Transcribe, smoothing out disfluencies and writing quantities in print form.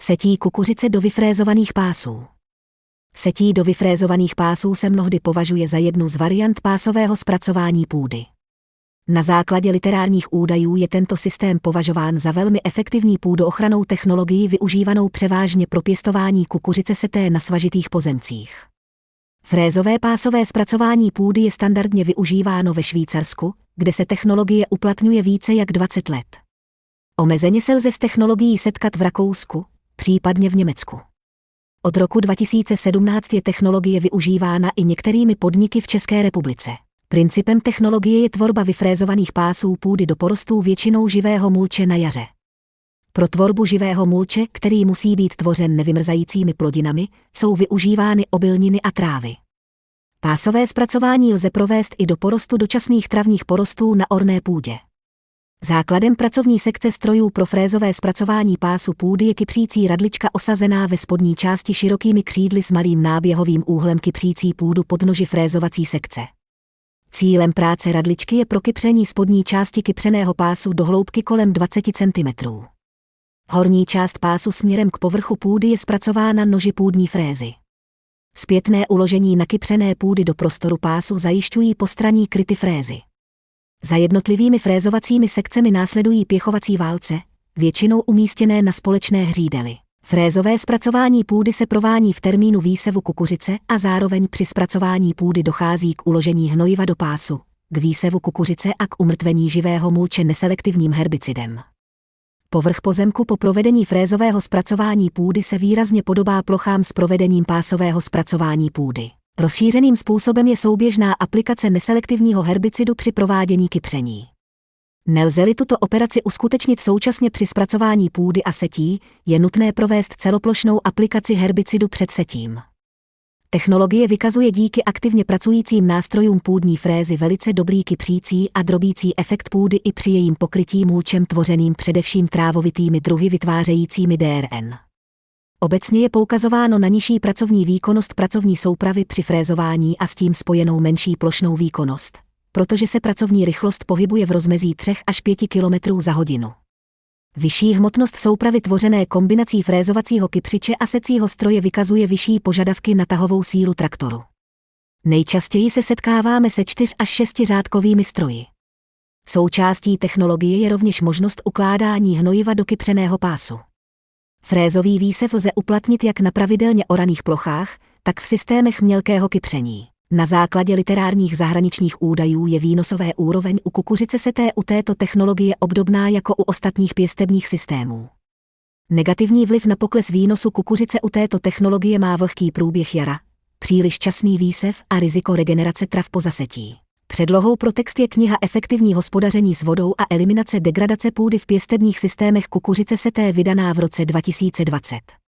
Setí kukuřice do vyfrézovaných pásů. Setí do vyfrézovaných pásů se mnohdy považuje za jednu z variant pásového zpracování půdy. Na základě literárních údajů je tento systém považován za velmi efektivní půdoochrannou technologii využívanou převážně pro pěstování kukuřice seté na svažitých pozemcích. Frézové pásové zpracování půdy je standardně využíváno ve Švýcarsku, kde se technologie uplatňuje více jak 20 let. Omezeně se lze s technologií setkat v Rakousku, případně v Německu. Od roku 2017 je technologie využívána i některými podniky v České republice. Principem technologie je tvorba vyfrézovaných pásů půdy do porostů většinou živého mulče na jaře. Pro tvorbu živého mulče, který musí být tvořen nevymrzajícími plodinami, jsou využívány obilniny a trávy. Pásové zpracování lze provést i do porostu dočasných travních porostů na orné půdě. Základem pracovní sekce strojů pro frézové zpracování pásu půdy je kypřící radlička osazená ve spodní části širokými křídly s malým náběhovým úhlem kypřící půdu podnoži frézovací sekce. Cílem práce radličky je prokypření spodní části kypřeného pásu do hloubky kolem 20 cm. Horní část pásu směrem k povrchu půdy je zpracována noži půdní frézy. Zpětné uložení nakypřené půdy do prostoru pásu zajišťují postranní kryty frézy. Za jednotlivými frézovacími sekcemi následují pěchovací válce, většinou umístěné na společné hřídeli. Frézové zpracování půdy se provádí v termínu výsevu kukuřice a zároveň při zpracování půdy dochází k uložení hnojiva do pásu, k výsevu kukuřice a k umrtvení živého mulče neselektivním herbicidem. Povrch pozemku po provedení frézového zpracování půdy se výrazně podobá plochám s provedením pásového zpracování půdy. Rozšířeným způsobem je souběžná aplikace neselektivního herbicidu při provádění kypření. Nelze-li tuto operaci uskutečnit současně při zpracování půdy a setí, je nutné provést celoplošnou aplikaci herbicidu před setím. Technologie vykazuje díky aktivně pracujícím nástrojům půdní frézy velice dobrý kypřící a drobící efekt půdy i při jejím pokrytí mulčem tvořeným především trávovitými druhy vytvářejícími DRN. Obecně je poukazováno na nižší pracovní výkonnost pracovní soupravy při frézování a s tím spojenou menší plošnou výkonnost, protože se pracovní rychlost pohybuje v rozmezí 3 až 5 km za hodinu. Vyšší hmotnost soupravy tvořené kombinací frézovacího kypřiče a secího stroje vykazuje vyšší požadavky na tahovou sílu traktoru. Nejčastěji se setkáváme se 4 až 6 řádkovými stroji. Součástí technologie je rovněž možnost ukládání hnojiva do kypřeného pásu. Frézový výsev lze uplatnit jak na pravidelně oraných plochách, tak v systémech mělkého kypření. Na základě literárních zahraničních údajů je výnosové úroveň u kukuřice seté u této technologie obdobná jako u ostatních pěstebních systémů. Negativní vliv na pokles výnosu kukuřice u této technologie má vlhký průběh jara, příliš časný výsev a riziko regenerace trav po zasetí. Předlohou pro text je kniha Efektivní hospodaření s vodou a eliminace degradace půdy v pěstebních systémech kukuřice seté vydaná v roce 2020.